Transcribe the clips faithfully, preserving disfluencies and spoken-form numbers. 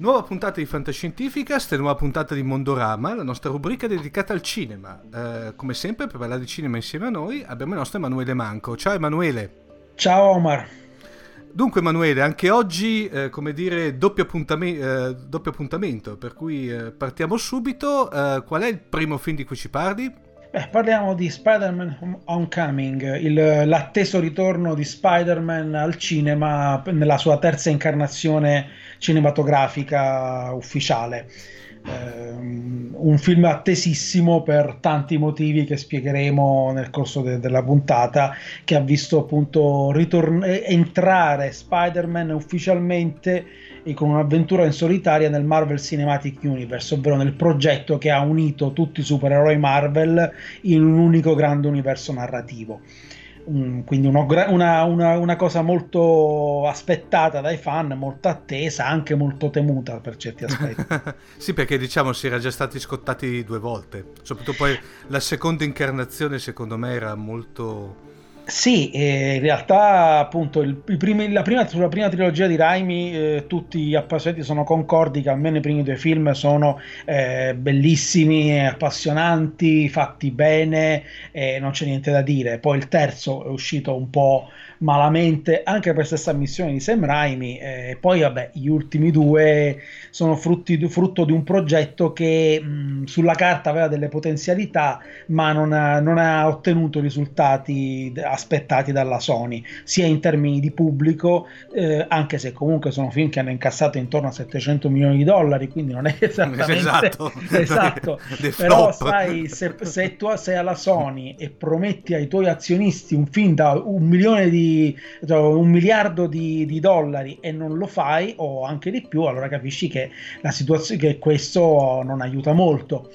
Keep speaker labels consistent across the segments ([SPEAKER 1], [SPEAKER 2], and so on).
[SPEAKER 1] Nuova puntata di Fantascientificast e nuova puntata di Mondorama, la nostra rubrica dedicata al cinema. Eh, come sempre, per parlare di cinema insieme a noi abbiamo il nostro Emanuele Manco. Ciao Emanuele.
[SPEAKER 2] Ciao Omar.
[SPEAKER 1] Dunque Emanuele, anche oggi, eh, come dire, doppio, appuntame- eh, doppio appuntamento, per cui eh, partiamo subito. Eh, qual è il primo film di cui ci parli?
[SPEAKER 2] Beh, parliamo di Spider-Man Homecoming, il, l'atteso ritorno di Spider-Man al cinema nella sua terza incarnazione cinematografica ufficiale. Um, un film attesissimo per tanti motivi che spiegheremo nel corso de- della puntata, che ha visto appunto ritorn- entrare Spider-Man ufficialmente e con un'avventura in solitaria nel Marvel Cinematic Universe, ovvero nel progetto che ha unito tutti i supereroi Marvel in un unico grande universo narrativo. Um, quindi uno, una, una, una cosa molto aspettata dai fan, molto attesa, anche molto temuta per certi aspetti.
[SPEAKER 1] Sì, perché diciamo si era già stati scottati due volte, soprattutto poi la seconda incarnazione secondo me era molto...
[SPEAKER 2] Sì, eh, in realtà appunto il, i primi, la prima, sulla prima trilogia di Raimi eh, tutti gli appassionati sono concordi che almeno i primi due film sono eh, bellissimi, appassionanti, fatti bene, eh, non c'è niente da dire. Poi il terzo è uscito un po' malamente anche per stessa missione di Sam Raimi, e eh, poi vabbè gli ultimi due sono frutti, frutto di un progetto che mh, sulla carta aveva delle potenzialità ma non ha, non ha ottenuto risultati aspettati dalla Sony, sia in termini di pubblico, eh, anche se comunque sono film che hanno incassato intorno a settecento milioni di dollari, quindi non è esattamente
[SPEAKER 1] esatto,
[SPEAKER 2] esatto. Però sai, se, se tu sei alla Sony e prometti ai tuoi azionisti un film da un milione di cioè un miliardo di, di dollari e non lo fai, o anche di più, allora capisci che la situazione, che questo non aiuta molto.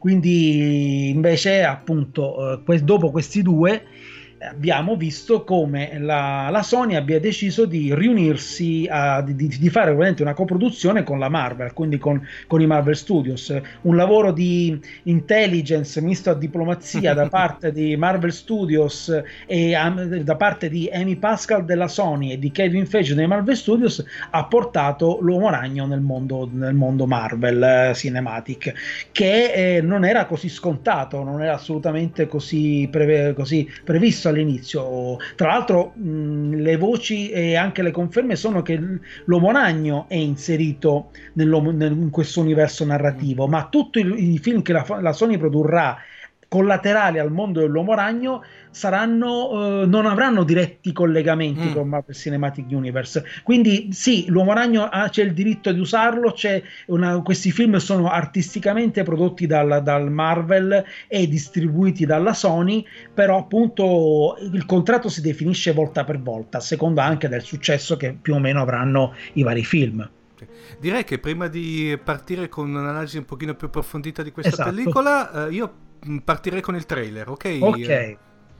[SPEAKER 2] Quindi invece appunto eh, dopo questi due abbiamo visto come la, la Sony abbia deciso di riunirsi, a, di, di fare ovviamente una coproduzione con la Marvel, quindi con, con i Marvel Studios, un lavoro di intelligence misto a diplomazia da parte di Marvel Studios e a, da parte di Amy Pascal della Sony e di Kevin Feige dei Marvel Studios ha portato l'Uomo Ragno nel mondo, nel mondo Marvel eh, Cinematic, che eh, non era così scontato, non era assolutamente così, preve, così previsto all'inizio. Tra l'altro mh, le voci e anche le conferme sono che l'Uomo Ragno è inserito nel, in questo universo narrativo, ma tutti i, i film che la, la Sony produrrà collaterali al mondo dell'Uomo Ragno saranno, eh, non avranno diretti collegamenti mm. con Marvel Cinematic Universe. Quindi sì, l'Uomo Ragno ha, c'è il diritto di usarlo, c'è una, questi film sono artisticamente prodotti dal, dal Marvel e distribuiti dalla Sony, però appunto il contratto si definisce volta per volta, a seconda anche del successo che più o meno avranno i vari film.
[SPEAKER 1] Direi che prima di partire con un'analisi un pochino più approfondita di questa
[SPEAKER 2] esatto.
[SPEAKER 1] pellicola, eh, io partirei con il trailer, ok?
[SPEAKER 2] Ok.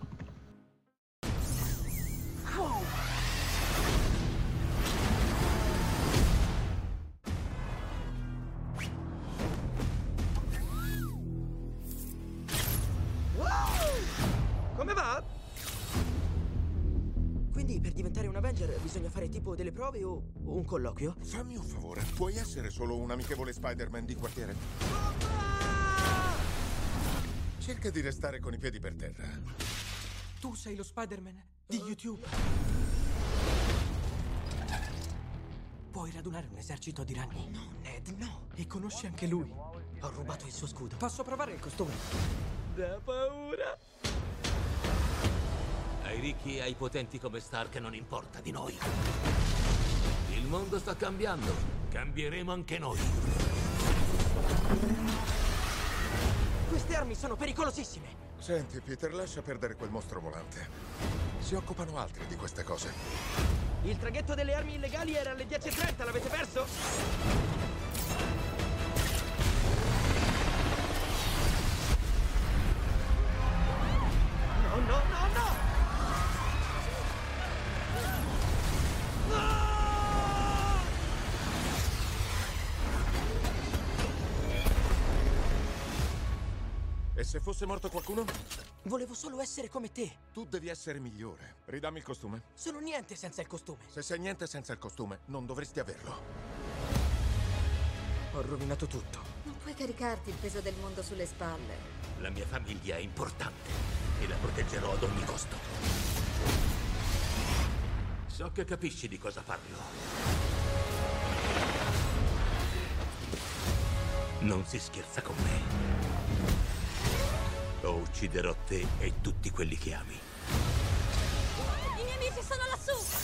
[SPEAKER 3] Come va? Quindi per diventare un Avenger bisogna fare tipo delle prove o un colloquio?
[SPEAKER 4] Fammi un favore, puoi essere solo un amichevole Spider-Man di quartiere? Cerca di restare con i piedi per terra.
[SPEAKER 3] Tu sei lo Spider-Man di YouTube. Puoi radunare un esercito di ragni. No, Ned, no. E conosci anche lui. Ho rubato il suo scudo. Posso provare il costume? Da paura.
[SPEAKER 5] Ai ricchi e ai potenti come Stark non importa di noi. Il mondo sta cambiando. Cambieremo anche noi.
[SPEAKER 3] Queste armi sono pericolosissime.
[SPEAKER 4] Senti, Peter, lascia perdere quel mostro volante. Si occupano altri di queste cose.
[SPEAKER 3] Il traghetto delle armi illegali era alle dieci e trenta, l'avete perso? No, no, no, no!
[SPEAKER 4] E se fosse morto qualcuno?
[SPEAKER 3] Volevo solo essere come te.
[SPEAKER 4] Tu devi essere migliore. Ridammi il costume.
[SPEAKER 3] Sono niente senza il costume.
[SPEAKER 4] Se sei niente senza il costume, non dovresti averlo.
[SPEAKER 3] Ho rovinato tutto.
[SPEAKER 6] Non puoi caricarti il peso del mondo sulle spalle.
[SPEAKER 5] La mia famiglia è importante e la proteggerò ad ogni costo. So che capisci di cosa parlo. Non si scherza con me. O ucciderò te e tutti quelli che ami.
[SPEAKER 6] I miei amici sono lassù!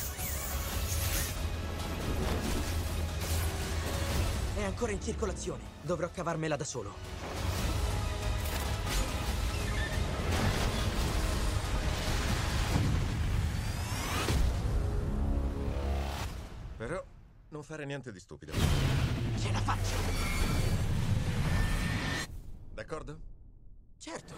[SPEAKER 3] È ancora in circolazione. Dovrò cavarmela da solo.
[SPEAKER 4] Però non fare niente di stupido.
[SPEAKER 3] Ce la faccio!
[SPEAKER 4] D'accordo?
[SPEAKER 3] Certo.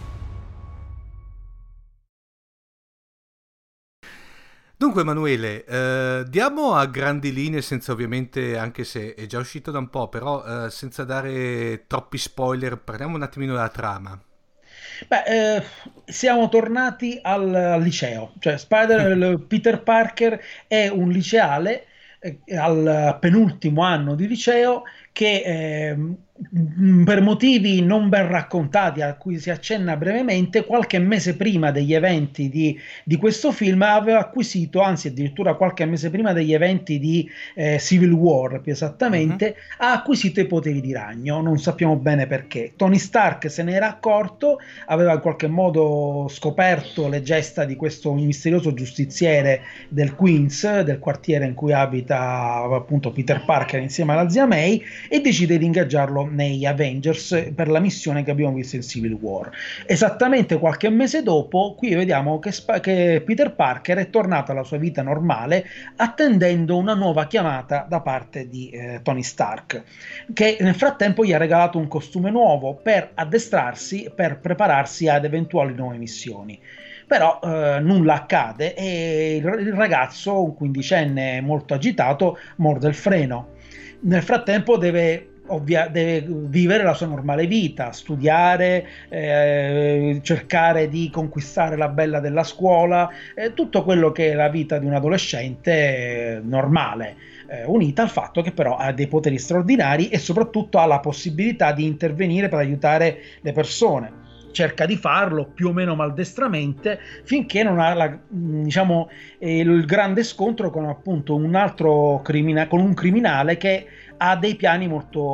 [SPEAKER 1] Dunque Emanuele, eh, diamo a grandi linee, senza ovviamente, anche se è già uscito da un po', però eh, senza dare troppi spoiler, parliamo un attimino della trama.
[SPEAKER 2] Beh, eh, siamo tornati al, al liceo, cioè Spider, Peter Parker è un liceale eh, al penultimo anno di liceo che eh, per motivi non ben raccontati, a cui si accenna brevemente, qualche mese prima degli eventi di, di questo film aveva acquisito, anzi addirittura qualche mese prima degli eventi di eh, Civil War più esattamente, uh-huh. ha acquisito i poteri di ragno, non sappiamo bene perché. Tony Stark se ne era accorto, aveva in qualche modo scoperto le gesta di questo misterioso giustiziere del Queens, del quartiere in cui abita appunto Peter Parker insieme alla zia May, e decide di ingaggiarlo negli Avengers per la missione che abbiamo visto in Civil War. Esattamente qualche mese dopo, qui vediamo che, Sp- che Peter Parker è tornato alla sua vita normale, attendendo una nuova chiamata da parte di eh, Tony Stark, che nel frattempo gli ha regalato un costume nuovo per addestrarsi, per prepararsi ad eventuali nuove missioni. Però eh, nulla accade e il, il ragazzo, un quindicenne molto agitato, morde il freno. Nel frattempo deve Ovvia, deve vivere la sua normale vita, studiare, eh, cercare di conquistare la bella della scuola, eh, tutto quello che è la vita di un adolescente eh, normale, eh, unita al fatto che però ha dei poteri straordinari e soprattutto ha la possibilità di intervenire per aiutare le persone. Cerca di farlo più o meno maldestramente finché non ha la, diciamo, il grande scontro con appunto un altro criminale, con un criminale che ha dei piani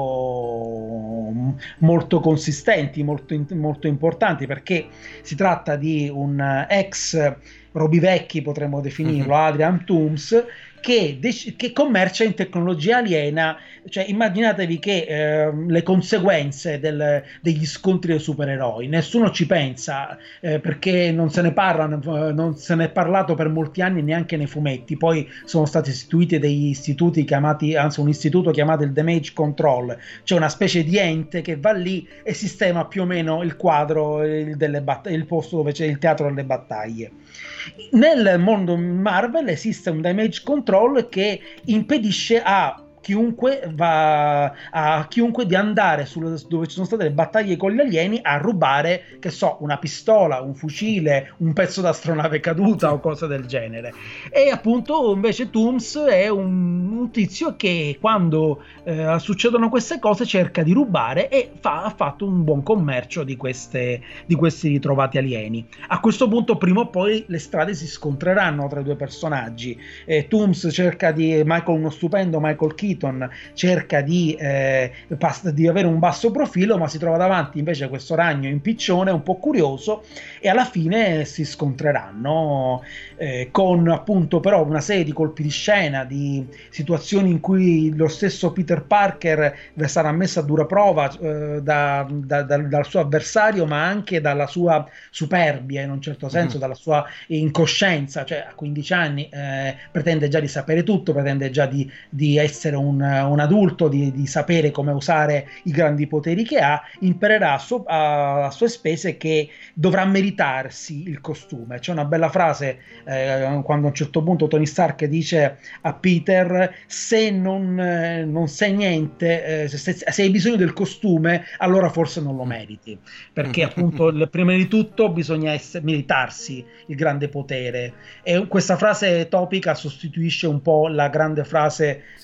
[SPEAKER 2] molto, molto consistenti, molto, molto importanti, perché si tratta di un ex Robivecchi, potremmo definirlo, mm-hmm. Adrian Toomes, che, dec- che commercia in tecnologia aliena. Cioè immaginatevi che eh, le conseguenze del, degli scontri dei supereroi, nessuno ci pensa eh, perché non se ne parla, non se ne è parlato per molti anni neanche nei fumetti. Poi sono stati istituiti degli istituti chiamati, anzi un istituto chiamato il Damage Control, cioè una specie di ente che va lì e sistema più o meno il quadro, il, delle batt- il posto dove c'è il teatro delle battaglie. Nel mondo Marvel esiste un Damage Control che impedisce a chiunque va a chiunque di andare sul, dove ci sono state le battaglie con gli alieni a rubare, che so, una pistola, un fucile, un pezzo d'astronave caduta o cose del genere. E appunto invece Toomes è un, un tizio che quando eh, succedono queste cose cerca di rubare e fa, ha fatto un buon commercio di queste di questi ritrovati alieni. A questo punto prima o poi le strade si scontreranno tra i due personaggi. eh, Toomes cerca di Michael uno stupendo Michael Keaton cerca di, eh, pass- di avere un basso profilo, ma si trova davanti invece questo ragno in piccione un po' curioso, e alla fine si scontreranno eh, con appunto però una serie di colpi di scena, di situazioni in cui lo stesso Peter Parker sarà messo a dura prova eh, da, da, da, dal suo avversario, ma anche dalla sua superbia, in un certo senso, mm. dalla sua incoscienza. Cioè a quindici anni eh, pretende già di sapere tutto, pretende già di, di essere un, un adulto, di, di sapere come usare i grandi poteri che ha. Imparerà a, suo, a, a sue spese che dovrà meritarsi il costume. C'è una bella frase eh, quando a un certo punto Tony Stark dice a Peter: se non, eh, non sai niente, eh, se, se hai bisogno del costume, allora forse non lo meriti, perché appunto prima di tutto bisogna essere, meritarsi il grande potere. E questa frase topica sostituisce un po' la grande frase sì. che c'era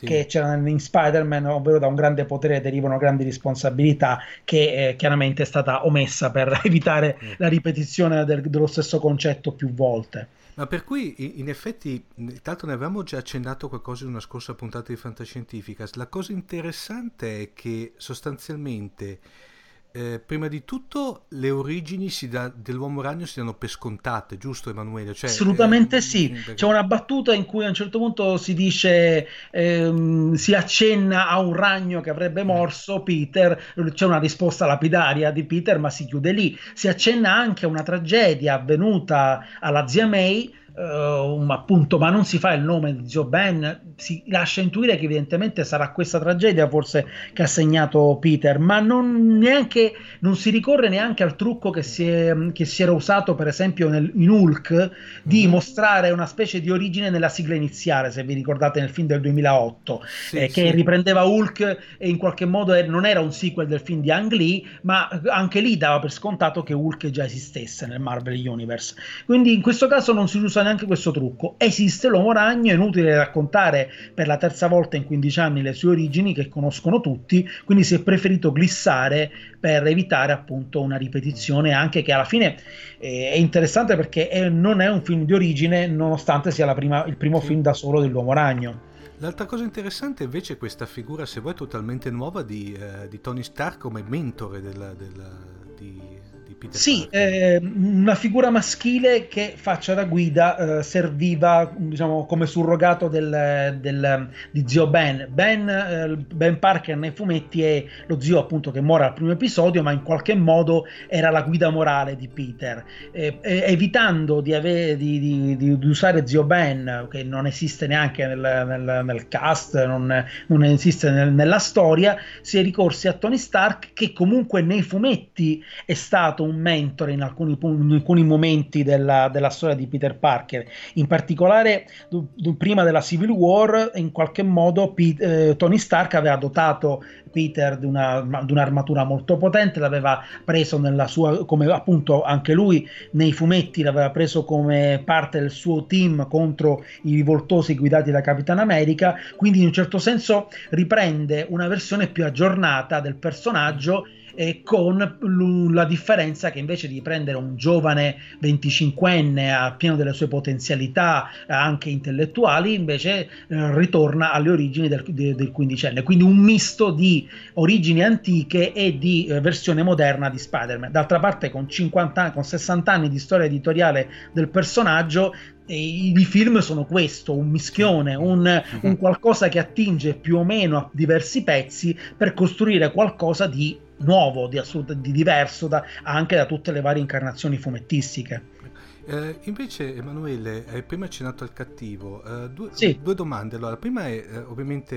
[SPEAKER 2] in Spider-Man, ovvero da un grande potere derivano grandi responsabilità, che eh, chiaramente è stata omessa per evitare la ripetizione del, dello stesso concetto più volte.
[SPEAKER 1] Ma per cui in effetti, tanto ne avevamo già accennato qualcosa in una scorsa puntata di Fantascientificas, la cosa interessante è che sostanzialmente eh, prima di tutto le origini si da, dell'uomo ragno si danno per scontate, giusto Emanuele? Cioè,
[SPEAKER 2] assolutamente
[SPEAKER 1] eh,
[SPEAKER 2] sì,
[SPEAKER 1] perché...
[SPEAKER 2] c'è una battuta in cui a un certo punto si dice, ehm, si accenna a un ragno che avrebbe morso Peter, c'è una risposta lapidaria di Peter ma si chiude lì, si accenna anche a una tragedia avvenuta alla zia May, Uh, appunto, ma non si fa il nome di zio Ben, si lascia intuire che evidentemente sarà questa tragedia forse che ha segnato Peter, ma non, neanche, non si ricorre neanche al trucco che si, è, che si era usato per esempio nel, in Hulk di mm-hmm. mostrare una specie di origine nella sigla iniziale, se vi ricordate, nel film del duemilaotto, sì, eh, sì. che riprendeva Hulk e in qualche modo non era un sequel del film di Ang Lee, ma anche lì dava per scontato che Hulk già esistesse nel Marvel Universe, quindi in questo caso non si usa neanche questo trucco. Esiste l'uomo ragno, è inutile raccontare per la terza volta in quindici anni le sue origini che conoscono tutti, quindi si è preferito glissare per evitare appunto una ripetizione, anche che alla fine eh, è interessante perché è, non è un film di origine nonostante sia la prima, il primo sì. film da solo dell'uomo ragno.
[SPEAKER 1] L'altra cosa interessante invece è questa figura, se vuoi, totalmente nuova di, eh, di Tony Stark come mentore della, della, di Peter
[SPEAKER 2] sì, eh, una figura maschile che faccia da guida, eh, serviva diciamo come surrogato del, del, di zio Ben. Ben, eh, Ben Parker nei fumetti è lo zio appunto che muore al primo episodio, ma in qualche modo era la guida morale di Peter, eh, eh, evitando di, ave, di, di, di, di usare zio Ben, che non esiste neanche nel, nel, nel cast, non, non esiste nel, nella storia, si è ricorsi a Tony Stark, che comunque nei fumetti è stato un mentore in alcuni, in alcuni momenti della, della storia di Peter Parker, in particolare du, du, prima della Civil War in qualche modo Pete, eh, Tony Stark aveva dotato Peter di, una, di un'armatura molto potente, l'aveva preso nella sua, come appunto anche lui nei fumetti l'aveva preso come parte del suo team contro i rivoltosi guidati da Capitan America, quindi in un certo senso riprende una versione più aggiornata del personaggio, e con la differenza che invece di prendere un giovane venticinquenne a pieno delle sue potenzialità anche intellettuali, invece eh, ritorna alle origini del, de, del quindicenne, quindi un misto di origini antiche e di eh, versione moderna di Spider-Man. D'altra parte con cinquanta anni, con sessanta anni di storia editoriale del personaggio, i, i film sono questo, un mischione, un, un qualcosa che attinge più o meno a diversi pezzi per costruire qualcosa di nuovo, di assoluto, di diverso da, anche da tutte le varie incarnazioni fumettistiche.
[SPEAKER 1] Eh, invece Emanuele, hai prima accennato al cattivo, eh, due,
[SPEAKER 2] sì.
[SPEAKER 1] due domande. Allora, la prima è eh, ovviamente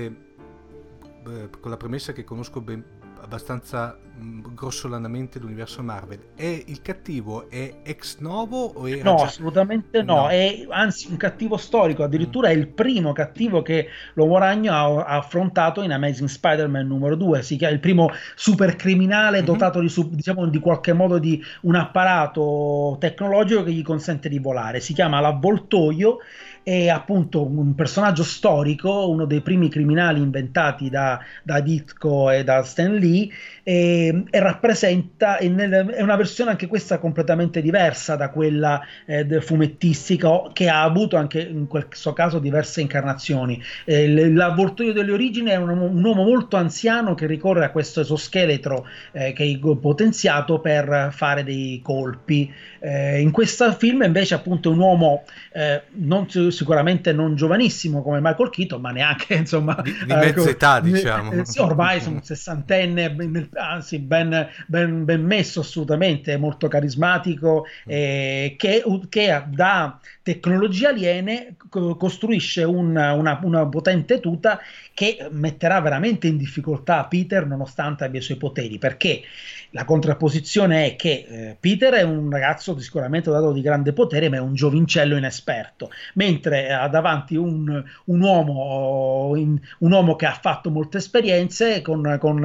[SPEAKER 1] eh, con la premessa che conosco ben, abbastanza mh, grossolanamente l'universo Marvel, è il cattivo è ex novo o era
[SPEAKER 2] no
[SPEAKER 1] già...
[SPEAKER 2] assolutamente no, no, è anzi un cattivo storico, addirittura mm. è il primo cattivo che l'uomo ragno ha, ha affrontato in Amazing Spider-Man numero due, si chiama il primo super criminale mm-hmm. dotato di, diciamo, di qualche modo di un apparato tecnologico che gli consente di volare, si chiama l'Avvoltoio, è appunto un personaggio storico, uno dei primi criminali inventati da, da Ditko e da Stan Lee, e, e rappresenta è, nel, è una versione anche questa completamente diversa da quella eh, fumettistica, che ha avuto anche in questo caso diverse incarnazioni. Eh, l'Avvoltoio delle origini è un, un uomo molto anziano che ricorre a questo esoscheletro eh, che è potenziato per fare dei colpi. Eh, in questo film invece appunto è un uomo eh, non sicuramente non giovanissimo come Michael Keaton, ma neanche insomma
[SPEAKER 1] di, di mezza
[SPEAKER 2] eh,
[SPEAKER 1] età diciamo
[SPEAKER 2] eh, sì, ormai sono un sessantenne, anzi ben, ben, ben messo, assolutamente molto carismatico, eh, che, che da tecnologie aliene costruisce una, una, una potente tuta che metterà veramente in difficoltà Peter nonostante abbia i suoi poteri, perché la contrapposizione è che eh, Peter è un ragazzo sicuramente dotato di grande potere, ma è un giovincello inesperto, mentre ha davanti un, un, uomo, in, un uomo che ha fatto molte esperienze con, con, con una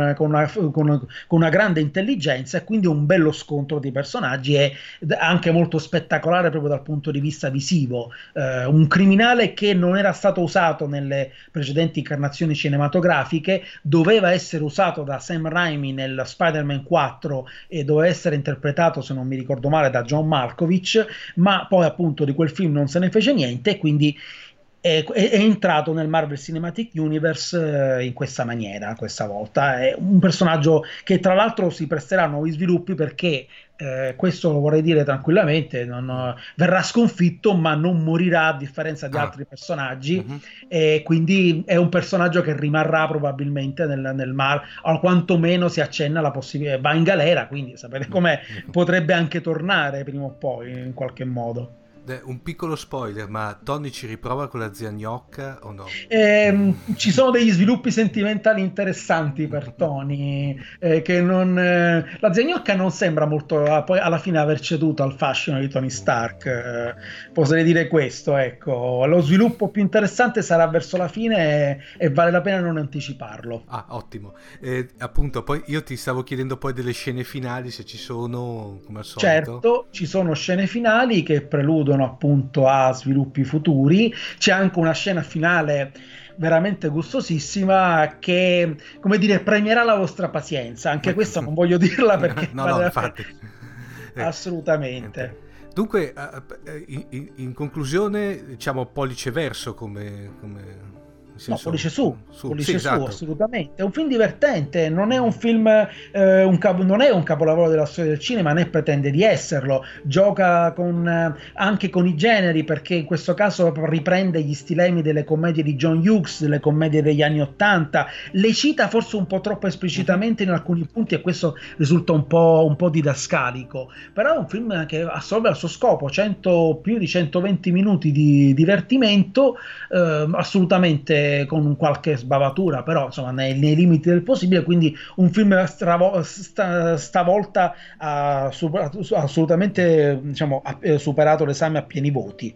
[SPEAKER 2] una, con, con una grande intelligenza, e quindi un bello scontro di personaggi, e anche molto spettacolare proprio dal punto di vista visivo. Eh, un criminale che non era stato usato nelle precedenti incarnazioni cinematografiche, doveva essere usato da Sam Raimi nel Spider-Man quattro e doveva essere interpretato, se non mi ricordo male, da John Malkovich, ma poi appunto di quel film non se ne fece niente, e quindi è, è, è entrato nel Marvel Cinematic Universe eh, in questa maniera, questa volta. È un personaggio che tra l'altro si presterà a nuovi sviluppi, perché eh, questo lo vorrei dire tranquillamente, non, verrà sconfitto ma non morirà, a differenza di
[SPEAKER 1] Ah.
[SPEAKER 2] altri personaggi,
[SPEAKER 1] Mhm.
[SPEAKER 2] e quindi è un personaggio che rimarrà probabilmente nel, nel mar, o quantomeno si accenna la possibilità, va in galera, quindi sapete com'è, potrebbe anche tornare prima o poi in qualche modo.
[SPEAKER 1] Eh, un piccolo spoiler, ma Tony ci riprova con la zia gnocca o no?
[SPEAKER 2] Ehm, ci sono degli sviluppi sentimentali interessanti per Tony, eh, che non, eh, la zia gnocca non sembra molto, ah, poi alla fine aver ceduto al fascino di Tony Stark, eh, potrei dire questo, ecco. Lo sviluppo più interessante sarà verso la fine, e, e vale la pena non anticiparlo.
[SPEAKER 1] Ah, ottimo. Eh, appunto, poi io ti stavo chiedendo poi delle scene finali, se ci sono, come al solito.
[SPEAKER 2] Certo, ci sono scene finali che preludono appunto a sviluppi futuri. C'è anche una scena finale veramente gustosissima che, come dire, premierà la vostra pazienza. Anche questa non voglio dirla perché
[SPEAKER 1] no,
[SPEAKER 2] vale
[SPEAKER 1] no,
[SPEAKER 2] la
[SPEAKER 1] infatti.
[SPEAKER 2] pena. Assolutamente.
[SPEAKER 1] Dunque, in, in, in conclusione, diciamo pollice verso come... come...
[SPEAKER 2] No, pollice su,
[SPEAKER 1] su.
[SPEAKER 2] pollice
[SPEAKER 1] Sì,
[SPEAKER 2] su,
[SPEAKER 1] esatto.
[SPEAKER 2] assolutamente. È un film divertente, non è un film, eh, un capo, non è un capolavoro della storia del cinema, né pretende di esserlo. Gioca con, eh, anche con i generi, perché in questo caso riprende gli stilemi delle commedie di John Hughes, delle commedie degli anni Ottanta, le cita forse un po' troppo esplicitamente in alcuni punti, e questo risulta un po', un po' didascalico. Però è un film che assolve al suo scopo, cento, più di centoventi minuti di divertimento, eh, assolutamente con qualche sbavatura, però insomma nei, nei limiti del possibile. Quindi un film stravo, sta, stavolta ha, superato, ha assolutamente, diciamo, ha superato l'esame a pieni voti.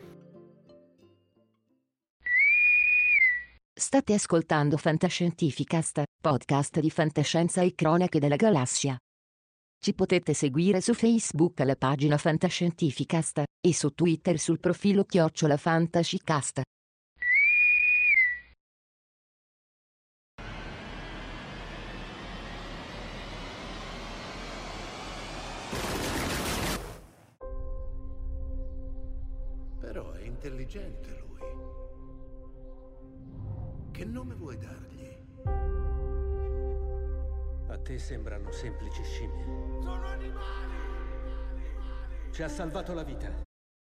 [SPEAKER 7] State ascoltando Fantascientificast, podcast di fantascienza e cronache della galassia. Ci potete seguire su Facebook alla pagina Fantascientificast e su Twitter sul profilo chiocciola Fantascicast.
[SPEAKER 5] Però è intelligente lui. Che nome vuoi dargli?
[SPEAKER 3] A te sembrano semplici scimmie.
[SPEAKER 5] Sono animali!
[SPEAKER 3] Ci ha salvato la vita.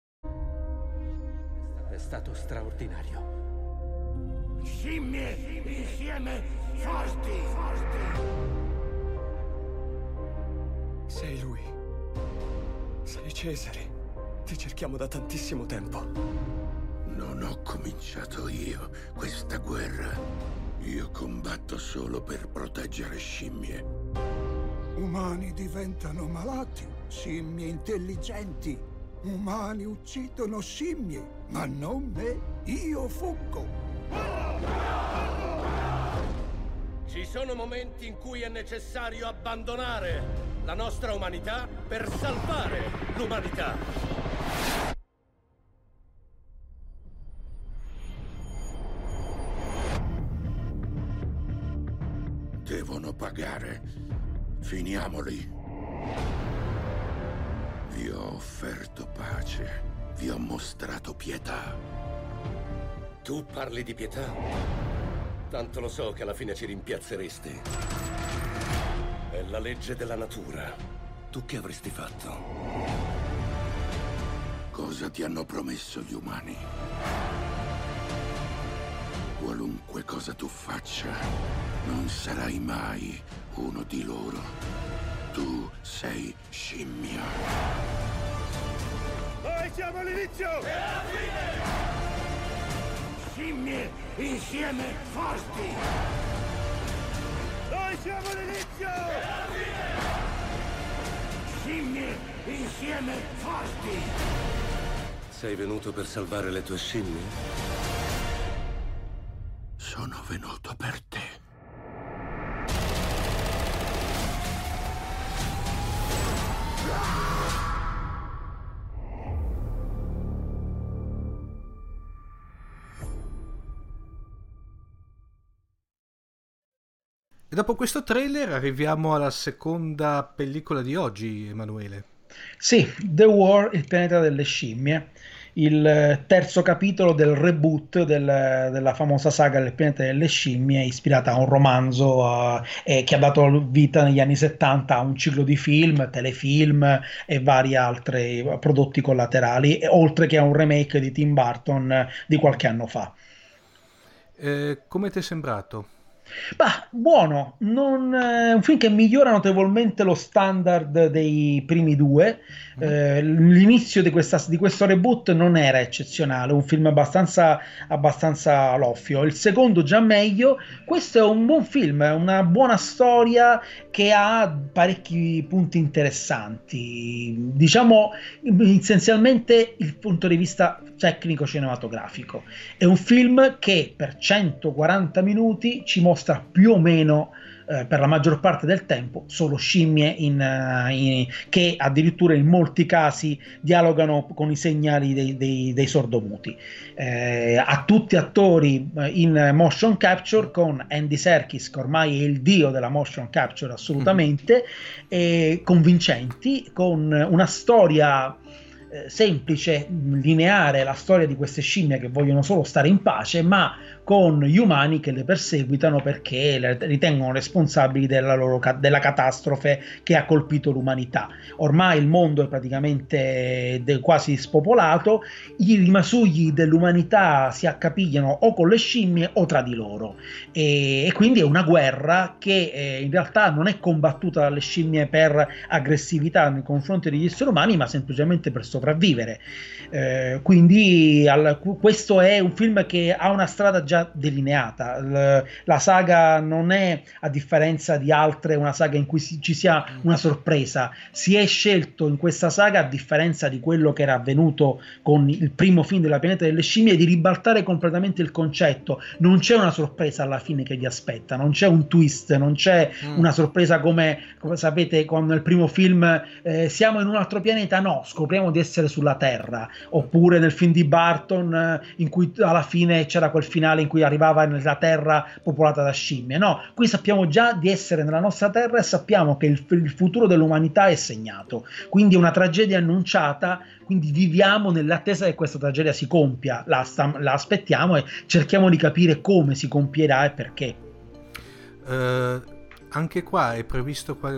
[SPEAKER 3] È stato straordinario.
[SPEAKER 5] Scimmie insieme forti! Forti!
[SPEAKER 8] Sei lui. Sei Cesare. Ti cerchiamo da tantissimo tempo.
[SPEAKER 5] Non ho cominciato io questa guerra. Io combatto solo per proteggere scimmie.
[SPEAKER 9] Umani diventano malati, scimmie intelligenti. Umani uccidono scimmie, ma non me. Io fuggo.
[SPEAKER 10] Ci sono momenti in cui è necessario abbandonare la nostra umanità per salvare l'umanità.
[SPEAKER 5] Devono pagare. Finiamoli. Vi ho offerto pace. Vi ho mostrato pietà.
[SPEAKER 10] Tu parli di pietà? Tanto lo so che alla fine ci rimpiazzeresti. È la legge della natura. Tu che avresti fatto?
[SPEAKER 5] Cosa ti hanno promesso gli umani? Qualunque cosa tu faccia, non sarai mai uno di loro. Tu sei scimmia.
[SPEAKER 10] Noi siamo all'inizio! E alla fine!
[SPEAKER 5] Scimmie insieme forti!
[SPEAKER 10] Noi siamo all'inizio! E alla fine!
[SPEAKER 5] Scimmie insieme forti!
[SPEAKER 10] Sei venuto per salvare le tue scimmie?
[SPEAKER 5] Sono venuto per te.
[SPEAKER 1] E dopo questo trailer arriviamo alla seconda pellicola di oggi, Emanuele.
[SPEAKER 2] Sì, The War, il pianeta delle scimmie, il terzo capitolo del reboot del, della famosa saga del pianeta delle scimmie, ispirata a un romanzo uh, eh, che ha dato vita negli anni settanta a un ciclo di film, telefilm e vari altri prodotti collaterali, oltre che a un remake di Tim Burton di qualche anno fa.
[SPEAKER 1] Eh, come ti è sembrato?
[SPEAKER 2] Bah, buono, non, eh, un film che migliora notevolmente lo standard dei primi due. Eh, l'inizio di, questa, di questo reboot non era eccezionale, un film abbastanza, abbastanza loffio. Il secondo già meglio. Questo è un buon film, è una buona storia che ha parecchi punti interessanti. Diciamo essenzialmente il punto di vista tecnico cinematografico. È un film che per centoquaranta minuti ci mostra più o meno eh, per la maggior parte del tempo solo scimmie in, uh, in, che addirittura in molti casi dialogano con i segnali dei, dei, dei sordomuti. Eh, a tutti attori in motion capture, con Andy Serkis che ormai è il dio della motion capture assolutamente, mm. eh, convincenti, con una storia semplice, lineare, la storia di queste scimmie che vogliono solo stare in pace, ma con gli umani che le perseguitano perché le ritengono responsabili della, loro, della catastrofe che ha colpito l'umanità. Ormai il mondo è praticamente de, quasi spopolato, i rimasugli dell'umanità si accapigliano o con le scimmie o tra di loro, e, e quindi è una guerra che eh, in realtà non è combattuta dalle scimmie per aggressività nei confronti degli esseri umani, ma semplicemente per sopravvivere. Eh, quindi al, questo è un film che ha una strada già delineata. L, la saga non è, a differenza di altre, una saga in cui si, ci sia una sorpresa. Si è scelto in questa saga, a differenza di quello che era avvenuto con il primo film della pianeta delle scimmie, di ribaltare completamente il concetto. Non c'è una sorpresa alla fine che vi aspetta, non c'è un twist, non c'è mm. una sorpresa come, come sapete quando nel primo film eh, siamo in un altro pianeta, no, scopriamo di essere sulla Terra. Oppure nel film di Burton eh, in cui alla fine c'era quel finale in cui arrivava nella Terra popolata da scimmie. No, qui sappiamo già di essere nella nostra Terra e sappiamo che il, il futuro dell'umanità è segnato, quindi è una tragedia annunciata, quindi viviamo nell'attesa che questa tragedia si compia, la, sta, la aspettiamo e cerchiamo di capire come si compierà e perché.
[SPEAKER 1] Uh, anche qua è previsto quel,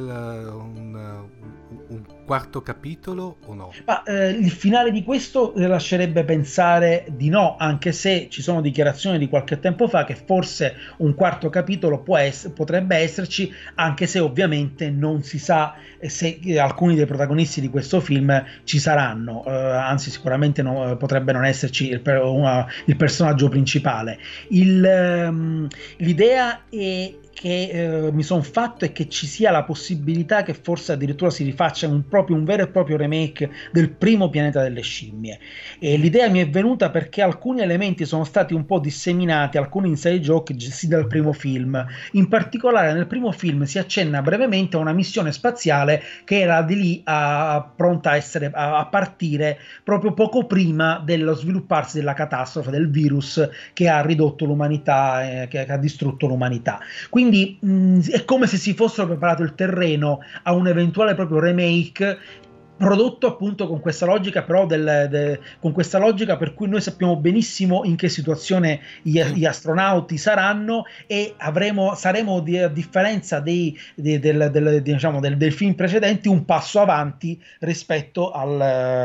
[SPEAKER 1] un, un quarto capitolo o no?
[SPEAKER 2] Ma, eh, il finale di questo lascerebbe pensare di no, anche se ci sono dichiarazioni di qualche tempo fa che forse un quarto capitolo può ess- potrebbe esserci, anche se ovviamente non si sa se alcuni dei protagonisti di questo film ci saranno, eh, anzi sicuramente no, potrebbe non esserci il, per- una, il personaggio principale. Il, um, l'idea è che eh, mi sono fatto è che ci sia la possibilità che forse addirittura si rifaccia un, proprio, un vero e proprio remake del primo pianeta delle scimmie, e l'idea mi è venuta perché alcuni elementi sono stati un po' disseminati, alcuni inside joke sì dal primo film. In particolare nel primo film si accenna brevemente a una missione spaziale che era di lì a, pronta a essere a, a partire proprio poco prima dello svilupparsi della catastrofe del virus che ha ridotto l'umanità, eh, che, che ha distrutto l'umanità. Quindi Quindi mh, è come se si fossero preparato il terreno a un eventuale proprio remake prodotto appunto con questa logica, però del, de, con questa logica per cui noi sappiamo benissimo in che situazione gli, gli astronauti saranno e avremo, saremo di, a differenza dei, de, del, del, diciamo, del, del film precedenti un passo avanti rispetto al,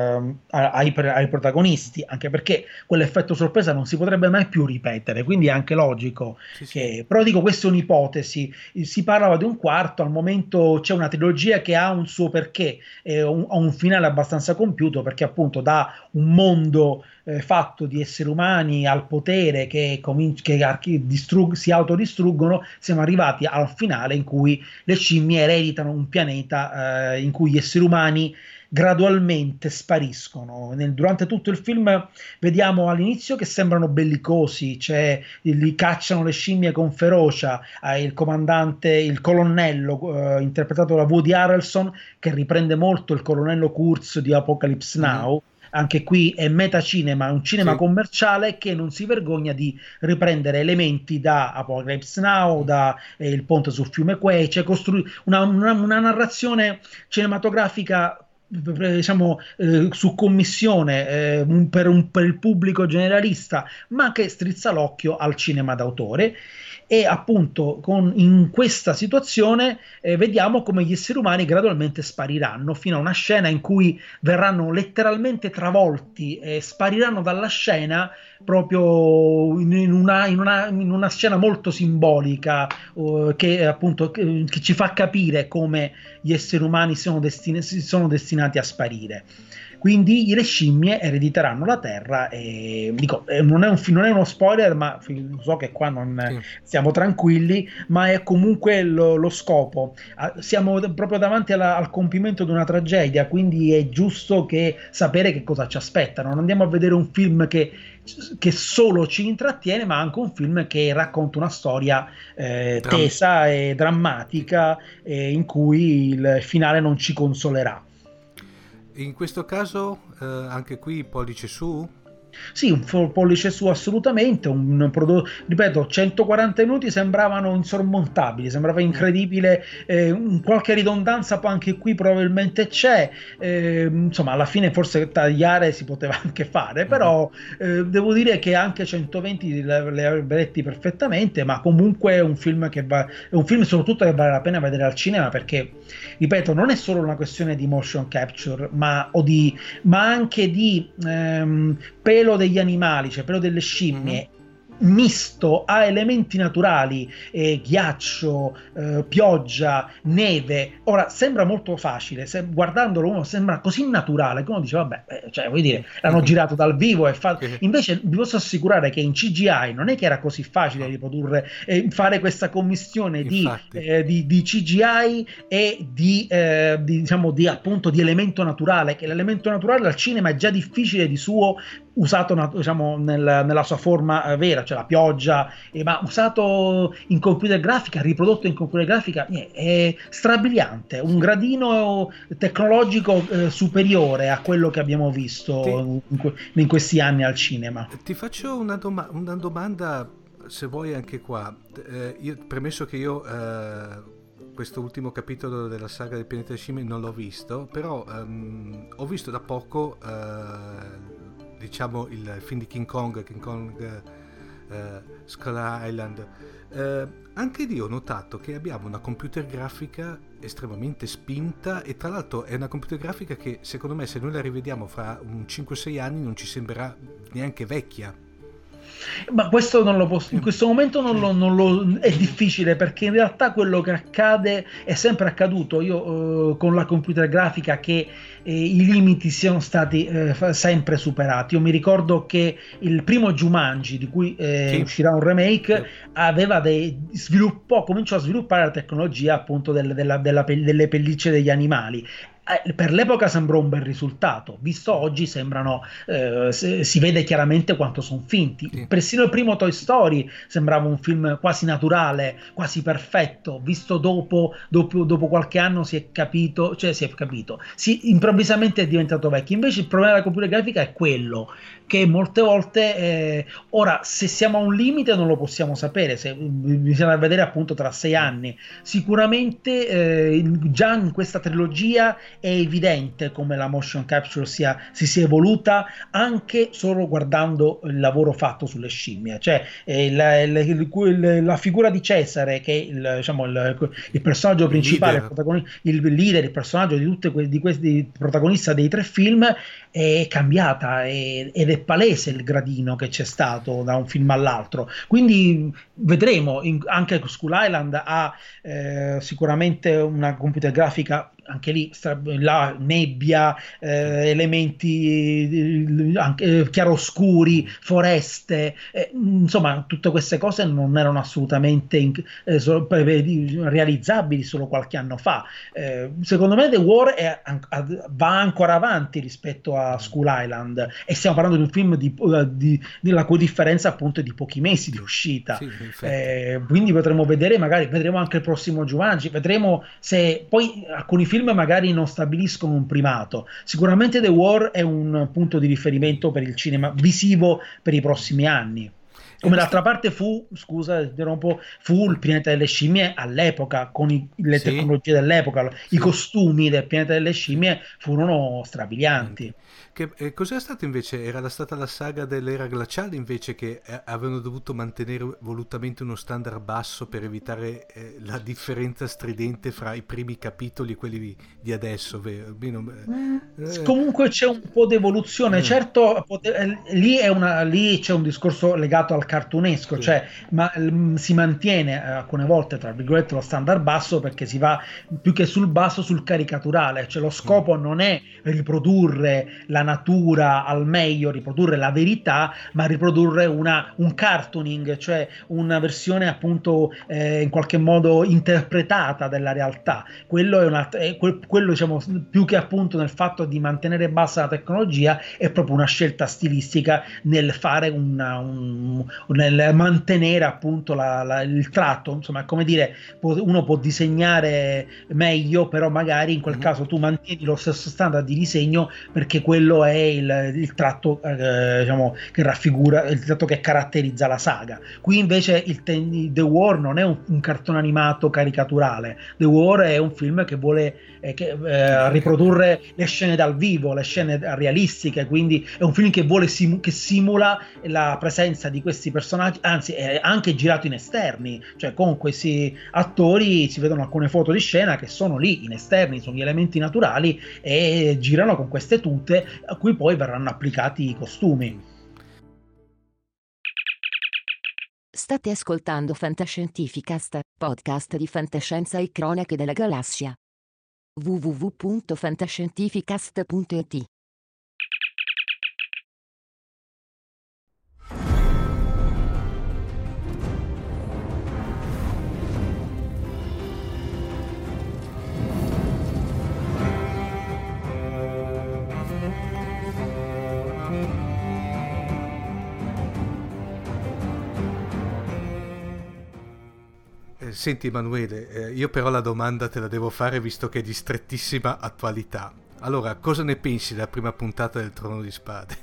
[SPEAKER 2] a, ai, ai protagonisti, anche perché quell'effetto sorpresa non si potrebbe mai più ripetere, quindi è anche logico sì, che sì. Però dico, questa è un'ipotesi, si parlava di un quarto, al momento c'è una trilogia che ha un suo perché, è un, un finale abbastanza compiuto, perché appunto da un mondo eh, fatto di esseri umani al potere che, cominci- che distrug- si autodistruggono, siamo arrivati al finale in cui le scimmie ereditano un pianeta eh, in cui gli esseri umani gradualmente spariscono. Nel, durante tutto il film vediamo all'inizio che sembrano bellicosi, cioè li cacciano le scimmie con ferocia, eh, il comandante, il colonnello eh, interpretato da Woody Harrelson, che riprende molto il colonnello Kurtz di Apocalypse Now, anche qui è metacinema, un cinema sì. commerciale che non si vergogna di riprendere elementi da Apocalypse Now, da eh, Il ponte sul fiume Quay, cioè costruire una, una, una narrazione cinematografica diciamo eh, su commissione eh, un, per, un, per il pubblico generalista, ma che strizza l'occhio al cinema d'autore. E appunto con, in questa situazione eh, vediamo come gli esseri umani gradualmente spariranno, fino a una scena in cui verranno letteralmente travolti e spariranno dalla scena proprio in, in, una, in, una, in una scena molto simbolica uh, che appunto che, che ci fa capire come gli esseri umani sono, destin- sono destinati a sparire. Quindi le scimmie erediteranno la terra e dico, non è, un, non è uno spoiler, ma so che qua non sì. siamo tranquilli, ma è comunque lo, lo scopo. Siamo proprio davanti alla, al compimento di una tragedia, quindi è giusto che sapere che cosa ci aspetta. Non andiamo a vedere un film che, che solo ci intrattiene, ma anche un film che racconta una storia eh, tesa e drammatica eh, in cui il finale non ci consolerà.
[SPEAKER 1] In questo caso eh, anche qui pollice su?
[SPEAKER 2] Sì, un pollice su assolutamente, un prodotto, ripeto, centoquaranta minuti sembravano insormontabili, sembrava incredibile, eh, un, qualche ridondanza poi anche qui probabilmente c'è, eh, insomma alla fine forse tagliare si poteva anche fare, però eh, devo dire che anche centoventi le, le avrebbe letti perfettamente, ma comunque è un film che va, è un film soprattutto che vale la pena vedere al cinema, perché ripeto, non è solo una questione di motion capture, ma, o di, ma anche di ehm, pelo degli animali, cioè pelo delle scimmie, mm-hmm. misto a elementi naturali, eh, ghiaccio, eh, pioggia, neve. Ora sembra molto facile, se, guardandolo uno sembra così naturale che uno dice vabbè, eh, cioè vuoi dire l'hanno girato dal vivo e fa... invece vi posso assicurare che in C G I non è che era così facile riprodurre eh, fare questa commistione di, eh, di, di C G I e di, eh, di diciamo di appunto di elemento naturale, che l'elemento naturale al cinema è già difficile di suo usato diciamo nel, nella sua forma eh, vera, cioè la pioggia, eh, ma usato in computer grafica, riprodotto in computer grafica, eh, è strabiliante, un gradino tecnologico eh, superiore a quello che abbiamo visto ti, in, que- in questi anni al cinema.
[SPEAKER 1] Ti faccio una, doma- una domanda, se vuoi anche qua, eh, io, premesso che io eh, questo ultimo capitolo della saga del pianeta delle scimmie non l'ho visto, però ehm, ho visto da poco eh, diciamo il film di King Kong, King Kong uh, Skull Island. Uh, anche lì ho notato che abbiamo una computer grafica estremamente spinta, e tra l'altro è una computer grafica che secondo me se noi la rivediamo fra un cinque sei anni non ci sembrerà neanche vecchia.
[SPEAKER 2] Ma questo non lo posso, in questo momento non lo, non lo, è difficile, perché in realtà quello che accade è sempre accaduto. Io eh, con la computer grafica che eh, i limiti siano stati eh, sempre superati. Io mi ricordo che il primo Jumanji, di cui eh, sì. uscirà un remake, sì. aveva dei sviluppò, cominciò a sviluppare la tecnologia appunto del, della, della, delle pellicce degli animali. Per l'epoca sembrò un bel risultato, visto oggi sembrano eh, si vede chiaramente quanto sono finti. Sì. Persino il primo Toy Story sembrava un film quasi naturale, quasi perfetto, visto dopo, dopo, dopo qualche anno si è capito, cioè si è capito, si, improvvisamente è diventato vecchio. Invece il problema della computer grafica è quello, che molte volte eh, ora se siamo a un limite non lo possiamo sapere, se, bisogna vedere appunto tra sei anni. Sicuramente eh, già in questa trilogia è evidente come la motion capture sia, si sia evoluta anche solo guardando il lavoro fatto sulle scimmie, cioè eh, la, la, la figura di Cesare, che è il, diciamo, il, il personaggio principale, il leader. il leader, il personaggio di tutti que- di questi protagonista dei tre film, è cambiata è, ed è palese il gradino che c'è stato da un film all'altro. Quindi vedremo, in, anche Skull Island ha eh, sicuramente una computer grafica anche lì la nebbia, eh, elementi anche, eh, chiaroscuri, foreste, eh, insomma tutte queste cose non erano assolutamente in, eh, so, realizzabili solo qualche anno fa. Eh, secondo me The War è, va ancora avanti rispetto a Skull Island, e stiamo parlando di un film di, di, di la cui differenza appunto è di pochi mesi di uscita. Sì, eh, quindi potremo vedere, magari vedremo anche il prossimo Jumanji, vedremo se poi alcuni film film magari non stabiliscono un primato. Sicuramente The War è un punto di riferimento per il cinema visivo per i prossimi anni. Come d'altra parte fu, scusa, interrompo, fu il pianeta delle scimmie all'epoca, con i, le
[SPEAKER 1] Sì.
[SPEAKER 2] tecnologie dell'epoca,
[SPEAKER 1] Sì.
[SPEAKER 2] i costumi del pianeta delle scimmie furono strabilianti.
[SPEAKER 1] Che, eh, cos'era stato invece? Era stata la saga dell'era glaciale invece che eh, avevano dovuto mantenere volutamente uno standard basso per evitare eh, la differenza stridente fra i primi capitoli e quelli di, di adesso, vero? Almeno,
[SPEAKER 2] eh, Comunque c'è un po' di evoluzione, eh. certo pote- eh, lì, è una, lì c'è un discorso legato al cartunesco, sì. cioè ma, m, si mantiene eh, alcune volte tra virgolette lo standard basso perché si va più che sul basso sul caricaturale, cioè lo scopo mm. non è riprodurre la natura al meglio, riprodurre la verità, ma riprodurre una, un cartooning, cioè una versione appunto eh, in qualche modo interpretata della realtà. Quello è una, è quel, quello diciamo più che appunto nel fatto di mantenere bassa la tecnologia, è proprio una scelta stilistica nel fare una, un, nel mantenere appunto la, la, il tratto, insomma, come dire, uno può disegnare meglio, però magari in quel mm-hmm. caso tu mantieni lo stesso standard di disegno perché quello è il, il tratto eh, diciamo che raffigura, il tratto che caratterizza la saga. Qui invece il ten, The War non è un, un cartone animato caricaturale. The War è un film che vuole eh, che, eh, riprodurre le scene dal vivo, le scene realistiche, quindi è un film che vuole sim- che simula la presenza di questi personaggi, anzi è anche girato in esterni, cioè con questi attori si vedono alcune foto di scena che sono lì in esterni, sono gli elementi naturali e girano con queste tute a cui poi verranno applicati i costumi.
[SPEAKER 7] State ascoltando Fantascientificast, podcast di fantascienza e cronache della galassia. w w w punto fantascientificast punto i t
[SPEAKER 1] Senti Emanuele, eh, io però la domanda te la devo fare visto che è di strettissima attualità. Allora, cosa ne pensi della prima puntata del Trono di Spade?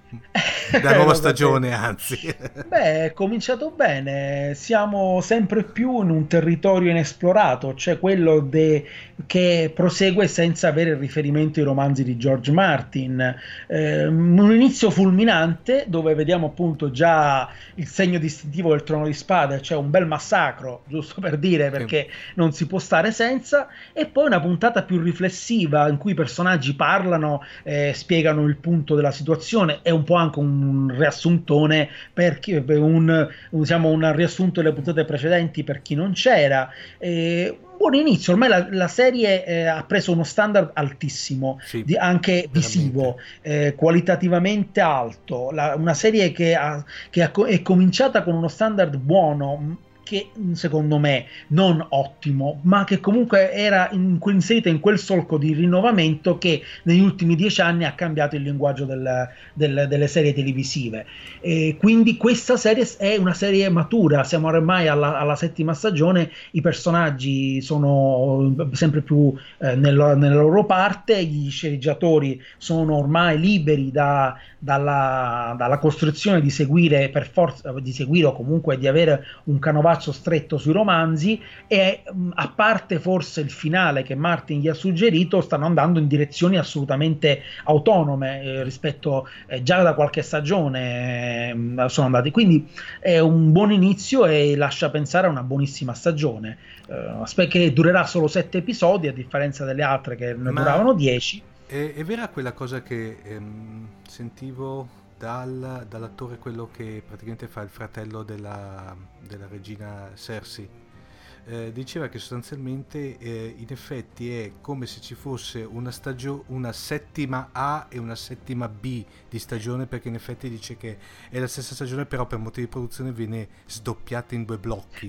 [SPEAKER 1] La nuova stagione, anzi.
[SPEAKER 2] Beh, è cominciato bene, siamo sempre più in un territorio inesplorato, cioè quello de... che prosegue senza avere riferimento ai romanzi di George Martin. Eh, un inizio fulminante dove vediamo appunto già il segno distintivo del Trono di Spade, cioè un bel massacro, giusto per dire, perché sì. non si può stare senza, e poi una puntata più riflessiva in cui i personaggi parlano, eh, spiegano il punto della situazione, è un po' anche un riassuntone per chi, un, diciamo un riassunto delle puntate precedenti per chi non c'era. Eh, buon inizio, ormai la, la serie eh, ha preso uno standard altissimo, sì, di, anche visivo, eh, qualitativamente alto, la, una serie che, ha, che ha, è cominciata con uno standard buono, che secondo me non ottimo, ma che comunque era in, inserita in quel solco di rinnovamento che negli ultimi dieci anni ha cambiato il linguaggio del, del, delle serie televisive. E quindi questa serie è una serie matura, siamo ormai alla, alla settima stagione, i personaggi sono sempre più eh, nella, nella loro parte, gli sceneggiatori sono ormai liberi da, dalla, dalla costruzione di seguire per forza, di seguire o comunque di avere un canovaccio stretto sui romanzi, e a parte forse il finale che Martin gli ha suggerito, stanno andando in direzioni assolutamente autonome eh, rispetto eh, già da qualche stagione eh, sono andati, quindi è un buon inizio e lascia pensare a una buonissima stagione eh, che durerà solo sette episodi a differenza delle altre che ne
[SPEAKER 1] Ma
[SPEAKER 2] duravano dieci.
[SPEAKER 1] È, è vera quella cosa che ehm, sentivo Dal, dall'attore, quello che praticamente fa il fratello della, della regina Cersei, eh, diceva che sostanzialmente eh, in effetti è come se ci fosse una stagio- una settima A e una settima B di stagione, perché in effetti dice che è la stessa stagione però per motivi di produzione viene sdoppiata in due blocchi.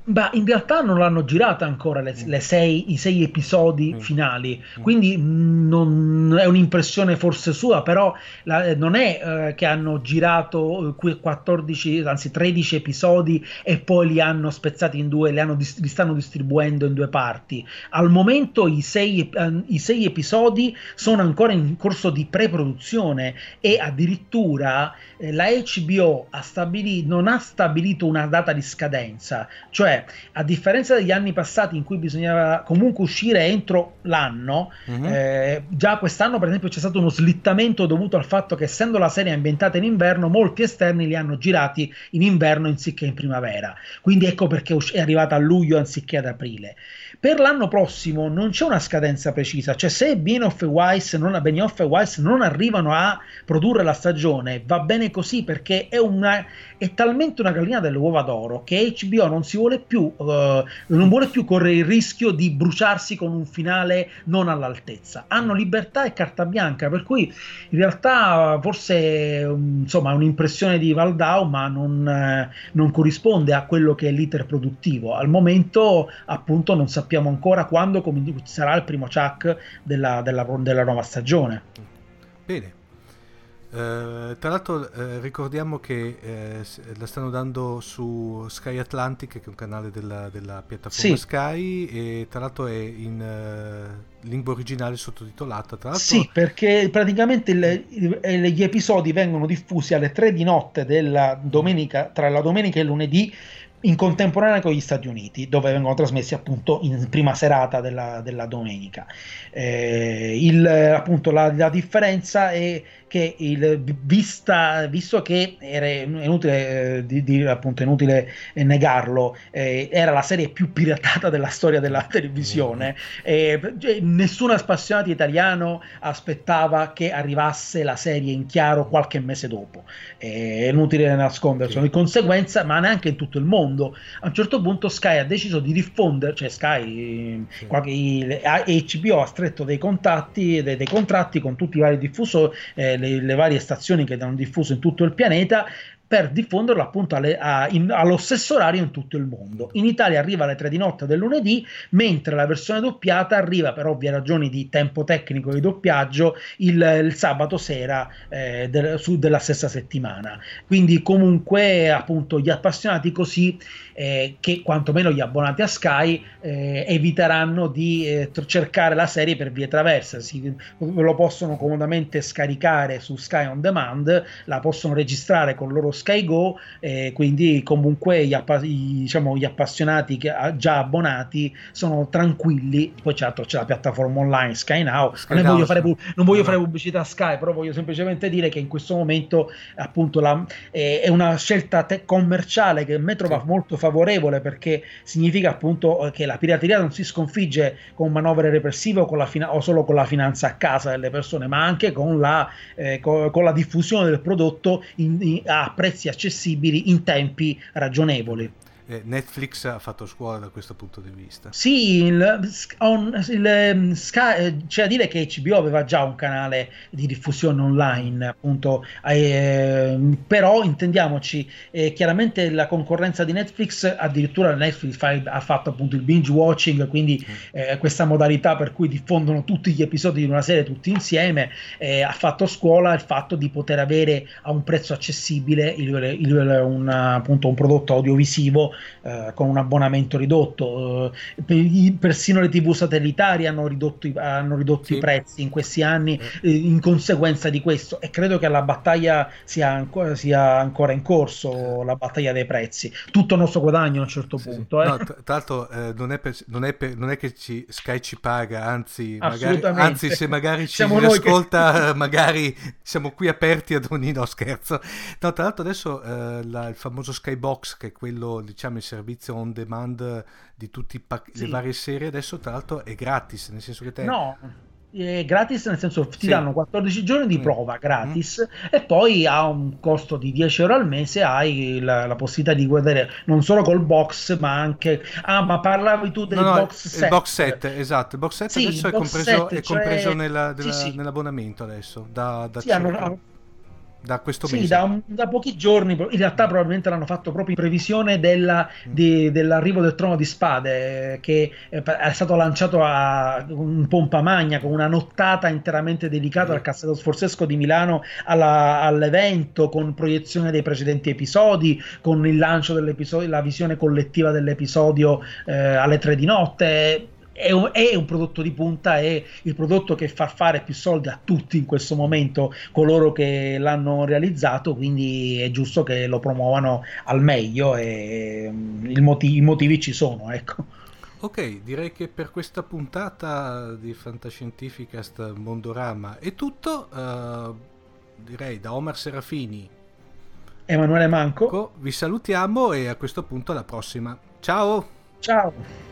[SPEAKER 2] Beh, in realtà non l'hanno girata ancora le, le sei, i sei episodi mm. finali, quindi non è un'impressione forse sua, però la, non è eh, che hanno girato quattordici, anzi tredici episodi e poi li hanno spezzati in due, li, hanno, li stanno distribuendo in due parti. Al momento i sei, eh, i sei episodi sono ancora in corso di pre-produzione e addirittura eh, la H B O ha stabilito, non ha stabilito una data di scadenza, cioè a differenza degli anni passati in cui bisognava comunque uscire entro l'anno, uh-huh. eh, già quest'anno per esempio c'è stato uno slittamento dovuto al fatto che, essendo la serie ambientata in inverno, molti esterni li hanno girati in inverno anziché in primavera, quindi ecco perché è arrivata a luglio anziché ad aprile. Per l'anno prossimo non c'è una scadenza precisa, cioè se Benioff e Weiss non, Benioff e Weiss non arrivano a produrre la stagione, va bene così, perché è, una, è talmente una gallina delle uova d'oro che H B O non si vuole più uh, non vuole più correre il rischio di bruciarsi con un finale non all'altezza. Hanno libertà e carta bianca, per cui in realtà forse um, insomma è un'impressione di Valdau, ma non, eh, non corrisponde a quello che è l'iter produttivo. Al momento appunto non sappiamo ancora quando sarà il primo Chuck della, della, della nuova stagione.
[SPEAKER 1] Bene. Uh, tra l'altro uh, ricordiamo che uh, la stanno dando su Sky Atlantic, che è un canale della, della piattaforma sì. Sky, e tra l'altro è in uh, lingua originale sottotitolata. Tra l'altro...
[SPEAKER 2] Sì, perché praticamente il, il, gli episodi vengono diffusi alle tre di notte della domenica, tra la domenica e il lunedì, in contemporanea con gli Stati Uniti, dove vengono trasmessi appunto in prima serata della, della domenica. Eh, il, appunto la, la differenza è che il, vista, visto che era inutile, eh, di, di, appunto inutile negarlo, eh, era la serie più piratata della storia della televisione, eh, nessun appassionato italiano aspettava che arrivasse la serie in chiaro qualche mese dopo, eh, è inutile nasconderselo. Di conseguenza, ma neanche in tutto il mondo, a un certo punto Sky ha deciso di diffondere, cioè Sky, sì. qualche, H B O ha stretto dei contatti, dei, dei contratti con tutti i vari diffusori, eh, le, le varie stazioni che hanno diffuso in tutto il pianeta, per diffonderlo appunto alle, a, in, allo stesso orario in tutto il mondo. In Italia arriva alle tre di notte del lunedì, mentre la versione doppiata arriva, per ovvie ragioni di tempo tecnico di doppiaggio, il, il sabato sera eh, del, su, della stessa settimana. Quindi comunque appunto gli appassionati così, eh, che quantomeno gli abbonati a Sky eh, eviteranno di eh, cercare la serie per vie traverse, si, lo possono comodamente scaricare su Sky On Demand, la possono registrare con il loro Sky Go, eh, quindi comunque gli, appa- i, diciamo, gli appassionati che ha già abbonati sono tranquilli. Poi certo c'è la piattaforma online Sky Now, Sky non, Now, voglio fare, non voglio fare pubblicità a Sky, però voglio semplicemente dire che in questo momento appunto la, eh, è una scelta te- commerciale che a me trova sì. molto favorevole, perché significa appunto che la pirateria non si sconfigge con manovre repressive o, con la fina- o solo con la finanza a casa delle persone, ma anche con la, eh, co- con la diffusione del prodotto in, in, a prezzi accessibili in tempi ragionevoli.
[SPEAKER 1] Eh, Netflix ha fatto scuola da questo punto di vista.
[SPEAKER 2] Sì, il, on, il, Sky, c'è da dire che H B O aveva già un canale di diffusione online, appunto, eh, però intendiamoci, eh, chiaramente la concorrenza di Netflix, addirittura Netflix fa, ha fatto appunto il binge watching, quindi eh, questa modalità per cui diffondono tutti gli episodi di una serie tutti insieme, eh, ha fatto scuola il fatto di poter avere a un prezzo accessibile il, il, un, appunto, un prodotto audiovisivo Uh, con un abbonamento ridotto. Uh, per, i, persino le tivù satellitari hanno ridotto i, hanno ridotto sì. i prezzi in questi anni eh. eh, in conseguenza di questo, e credo che la battaglia sia ancora, sia ancora in corso, la battaglia dei prezzi. Tutto il nostro guadagno a un certo sì. punto. Eh.
[SPEAKER 1] No, tra l'altro eh, non, è per, non, è per, non è che ci, Sky ci paga, anzi, magari, anzi se magari ci ascolta che... magari siamo qui aperti ad ogni no scherzo. No, tra l'altro adesso eh, la, il famoso Skybox, che è quello, diciamo, il servizio on demand di tutte sì. le varie serie, adesso tra l'altro è gratis, nel senso che te...
[SPEAKER 2] No, è gratis nel senso che ti sì. danno quattordici giorni di prova gratis mm. e poi a un costo di dieci euro al mese hai la, la possibilità di guardare non solo col box ma anche... Ah, ma parlavi tu del
[SPEAKER 1] no, no,
[SPEAKER 2] box set.
[SPEAKER 1] Il box set, esatto, il box set sì, adesso è compreso, set, è compreso cioè... nella, della,
[SPEAKER 2] sì, sì.
[SPEAKER 1] nell'abbonamento adesso, da, da
[SPEAKER 2] sì, hanno,
[SPEAKER 1] Da questo
[SPEAKER 2] sì,
[SPEAKER 1] mese?
[SPEAKER 2] Da, un, da pochi giorni, in realtà probabilmente l'hanno fatto proprio in previsione della, mm. di, dell'arrivo del Trono di Spade, che è stato lanciato a un pompa magna, con una nottata interamente dedicata mm. al Castello Sforzesco di Milano, alla, all'evento, con proiezione dei precedenti episodi, con il lancio dell'episodio, la visione collettiva dell'episodio eh, alle tre di notte. È un, è un prodotto di punta, è il prodotto che fa fare più soldi a tutti in questo momento coloro che l'hanno realizzato, quindi è giusto che lo promuovano al meglio e il motiv- i motivi ci sono, ecco.
[SPEAKER 1] Ok, direi che per questa puntata di Fantascientificast Mondorama è tutto. Uh, direi da Omar Serafini,
[SPEAKER 2] Emanuele Manco,
[SPEAKER 1] vi salutiamo e a questo punto alla prossima. Ciao!
[SPEAKER 2] Ciao!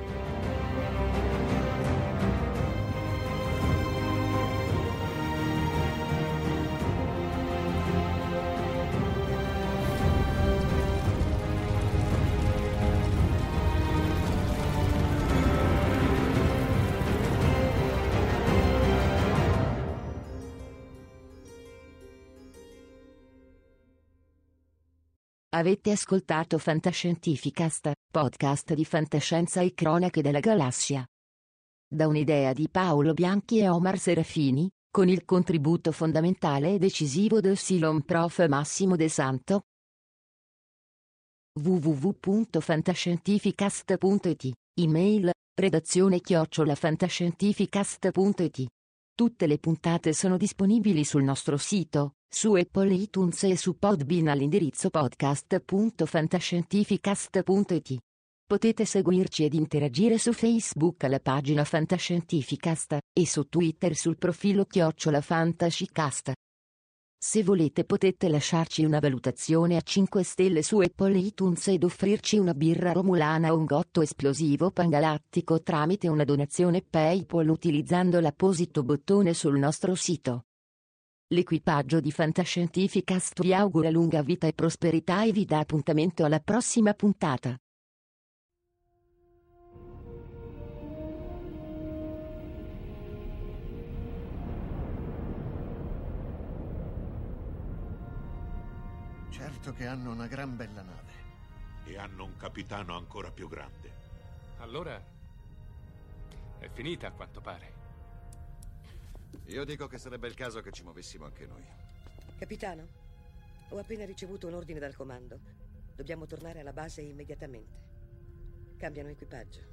[SPEAKER 7] Avete ascoltato Fantascientificast, podcast di fantascienza e cronache della galassia. Da un'idea di Paolo Bianchi e Omar Serafini, con il contributo fondamentale e decisivo del Silon Prof Massimo De Santo. w w w punto fantascientificast punto i t, email, redazione chiocciola fantascientificast punto i t. Tutte le puntate sono disponibili sul nostro sito, su Apple iTunes e su Podbean all'indirizzo podcast punto fantascientificast punto i t. Potete seguirci ed interagire su Facebook alla pagina Fantascientificast, e su Twitter sul profilo chiocciola Fantascicast. Se volete potete lasciarci una valutazione a cinque stelle su Apple iTunes ed offrirci una birra romulana o un gotto esplosivo pangalattico tramite una donazione PayPal utilizzando l'apposito bottone sul nostro sito. L'equipaggio di Fantascientificast vi augura lunga vita e prosperità e vi dà appuntamento alla prossima puntata.
[SPEAKER 11] Certo che hanno una gran bella nave.
[SPEAKER 12] E hanno un capitano ancora più grande.
[SPEAKER 8] Allora è finita a quanto pare.
[SPEAKER 11] Io dico che sarebbe il caso che ci muovessimo anche noi.
[SPEAKER 13] Capitano, ho appena ricevuto un ordine dal comando. Dobbiamo tornare alla base immediatamente. Cambiano equipaggio.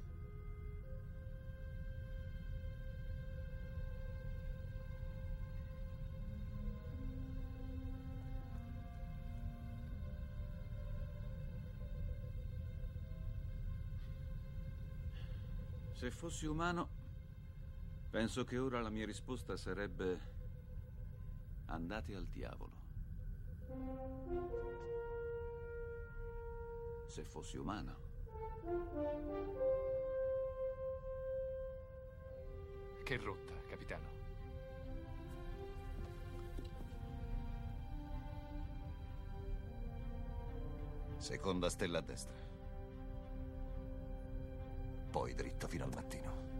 [SPEAKER 14] Se fossi umano, penso che ora la mia risposta sarebbe: andate al diavolo. Se fossi umano.
[SPEAKER 8] Che rotta, capitano?
[SPEAKER 11] Seconda stella a destra. Poi dritto fino al mattino.